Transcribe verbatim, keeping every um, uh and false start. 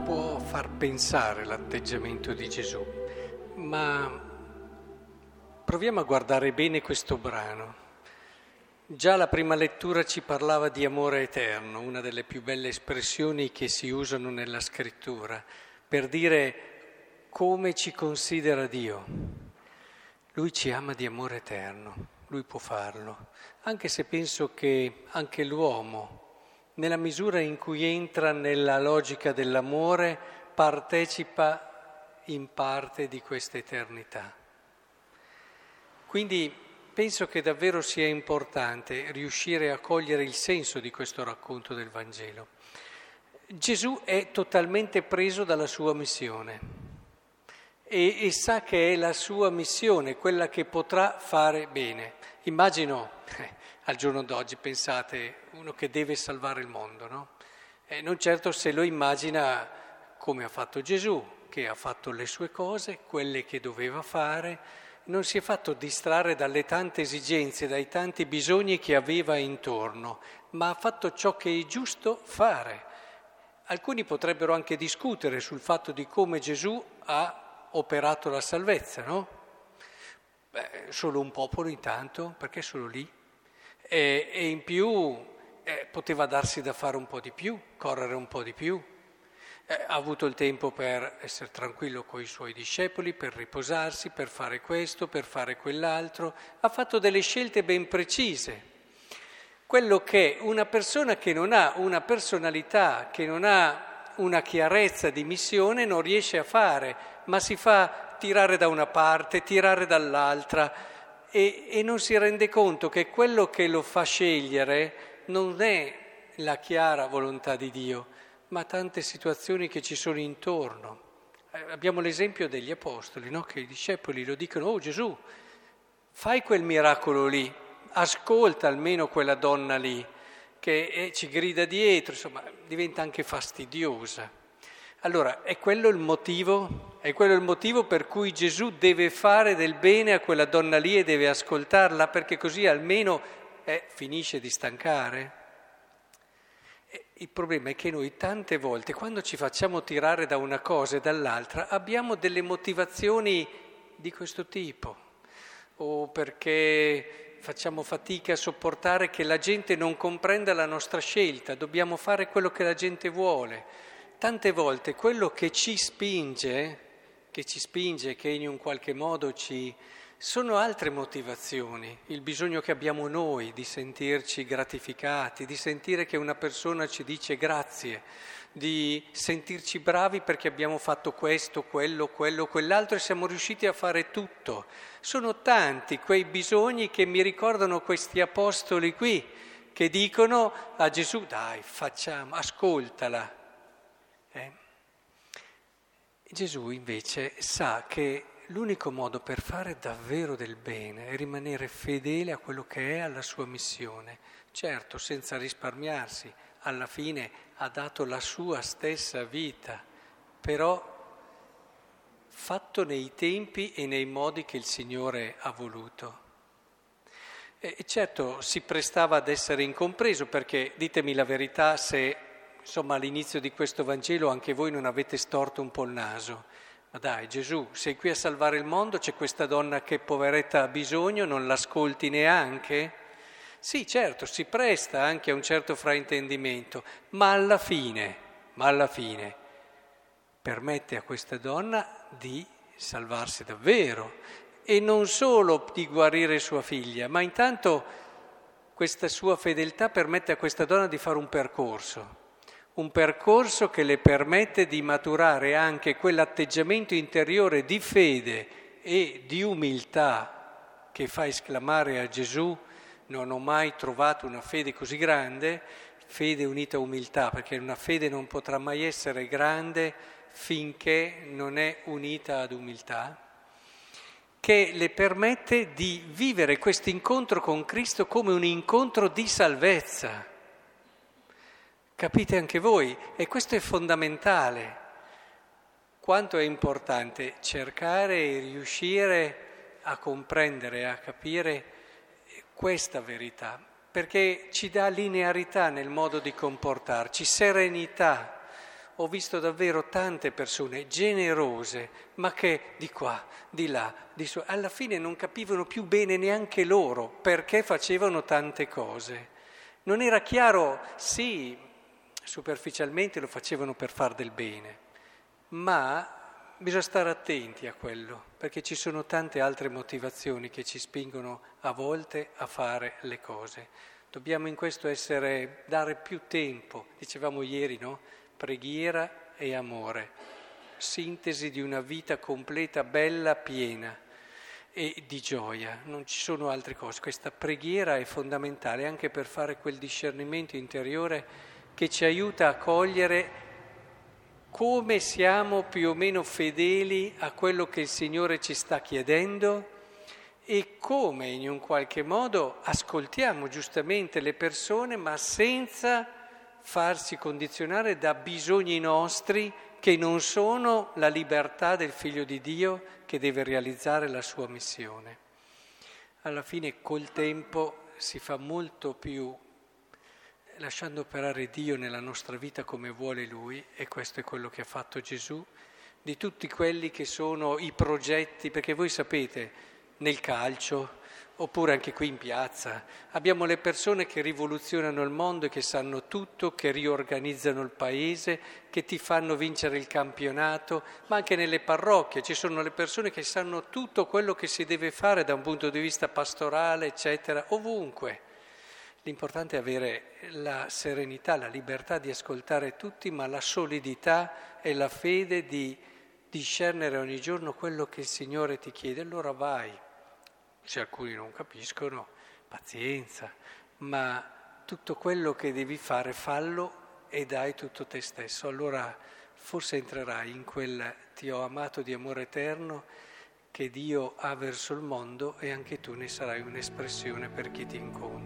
può far pensare l'atteggiamento di Gesù, ma proviamo a guardare bene questo brano. Già la prima lettura ci parlava di amore eterno, una delle più belle espressioni che si usano nella scrittura, per dire come ci considera Dio. Lui ci ama di amore eterno, Lui può farlo, anche se penso che anche l'uomo, nella misura in cui entra nella logica dell'amore, partecipa in parte di questa eternità. Quindi penso che davvero sia importante riuscire a cogliere il senso di questo racconto del Vangelo. Gesù è totalmente preso dalla sua missione e, e sa che è la sua missione, quella che potrà fare bene. Immagino, eh, al giorno d'oggi, pensate, uno che deve salvare il mondo, no? Eh, non certo se lo immagina come ha fatto Gesù, che ha fatto le sue cose, quelle che doveva fare, non si è fatto distrarre dalle tante esigenze, dai tanti bisogni che aveva intorno, ma ha fatto ciò che è giusto fare. Alcuni potrebbero anche discutere sul fatto di come Gesù ha operato la salvezza, no? Beh, solo un popolo intanto, perché solo lì? E, e in più eh, poteva darsi da fare un po' di più, correre un po' di più. Eh, ha avuto il tempo per essere tranquillo con i suoi discepoli, per riposarsi, per fare questo, per fare quell'altro. Ha fatto delle scelte ben precise. Quello che una persona che non ha una personalità, che non ha una chiarezza di missione non riesce a fare, ma si fa tirare da una parte, tirare dall'altra e, e non si rende conto che quello che lo fa scegliere non è la chiara volontà di Dio, ma tante situazioni che ci sono intorno. Eh, abbiamo l'esempio degli apostoli, no? Che i discepoli lo dicono: oh Gesù, fai quel miracolo lì, ascolta almeno quella donna lì, che eh, ci grida dietro, insomma diventa anche fastidiosa. Allora, è quello il motivo? È quello il motivo per cui Gesù deve fare del bene a quella donna lì e deve ascoltarla, perché così almeno eh, finisce di stancare? Il problema è che noi tante volte, quando ci facciamo tirare da una cosa e dall'altra, abbiamo delle motivazioni di questo tipo, o perché facciamo fatica a sopportare che la gente non comprenda la nostra scelta, dobbiamo fare quello che la gente vuole. Tante volte quello che ci spinge, che ci spinge, che in un qualche modo ci... sono altre motivazioni, il bisogno che abbiamo noi di sentirci gratificati, di sentire che una persona ci dice grazie, di sentirci bravi perché abbiamo fatto questo, quello, quello, quell'altro e siamo riusciti a fare tutto. Sono tanti quei bisogni che mi ricordano questi apostoli qui, che dicono a Gesù: dai, facciamo, ascoltala. Eh? Gesù invece sa che l'unico modo per fare davvero del bene è rimanere fedele a quello che è, alla sua missione. Certo, senza risparmiarsi, alla fine ha dato la sua stessa vita, però fatto nei tempi e nei modi che il Signore ha voluto. E certo si prestava ad essere incompreso, perché ditemi la verità se, insomma, all'inizio di questo Vangelo anche voi non avete storto un po' il naso. Ma dai Gesù, sei qui a salvare il mondo, c'è questa donna che poveretta ha bisogno, non l'ascolti neanche? Sì, certo, si presta anche a un certo fraintendimento, ma alla fine, ma alla fine permette a questa donna di salvarsi davvero e non solo di guarire sua figlia, ma intanto questa sua fedeltà permette a questa donna di fare un percorso. Un percorso che le permette di maturare anche quell'atteggiamento interiore di fede e di umiltà che fa esclamare a Gesù: non ho mai trovato una fede così grande, fede unita a umiltà, perché una fede non potrà mai essere grande finché non è unita ad umiltà, che le permette di vivere questo incontro con Cristo come un incontro di salvezza. Capite anche voi? E questo è fondamentale. Quanto è importante cercare e riuscire a comprendere, a capire questa verità, perché ci dà linearità nel modo di comportarci, serenità, ho visto davvero tante persone generose, ma che di qua, di là, di su, alla fine non capivano più bene neanche loro perché facevano tante cose. Non era chiaro, sì, superficialmente lo facevano per far del bene, ma bisogna stare attenti a quello, perché ci sono tante altre motivazioni che ci spingono a volte a fare le cose. Dobbiamo in questo essere, dare più tempo, dicevamo ieri, no? Preghiera e amore, sintesi di una vita completa, bella, piena e di gioia, non ci sono altre cose. Questa preghiera è fondamentale anche per fare quel discernimento interiore che ci aiuta a cogliere come siamo più o meno fedeli a quello che il Signore ci sta chiedendo e come in un qualche modo ascoltiamo giustamente le persone, ma senza farsi condizionare da bisogni nostri che non sono la libertà del Figlio di Dio che deve realizzare la sua missione. Alla fine col tempo si fa molto più lasciando operare Dio nella nostra vita come vuole Lui, e questo è quello che ha fatto Gesù, di tutti quelli che sono i progetti, perché voi sapete, nel calcio, oppure anche qui in piazza, abbiamo le persone che rivoluzionano il mondo e che sanno tutto, che riorganizzano il paese, che ti fanno vincere il campionato, ma anche nelle parrocchie ci sono le persone che sanno tutto quello che si deve fare da un punto di vista pastorale, eccetera, ovunque. L'importante è avere la serenità, la libertà di ascoltare tutti, ma la solidità e la fede di discernere ogni giorno quello che il Signore ti chiede. Allora vai, se alcuni non capiscono, pazienza, ma tutto quello che devi fare fallo e dai tutto te stesso. Allora forse entrerai in quel ti ho amato di amore eterno che Dio ha verso il mondo e anche tu ne sarai un'espressione per chi ti incontra.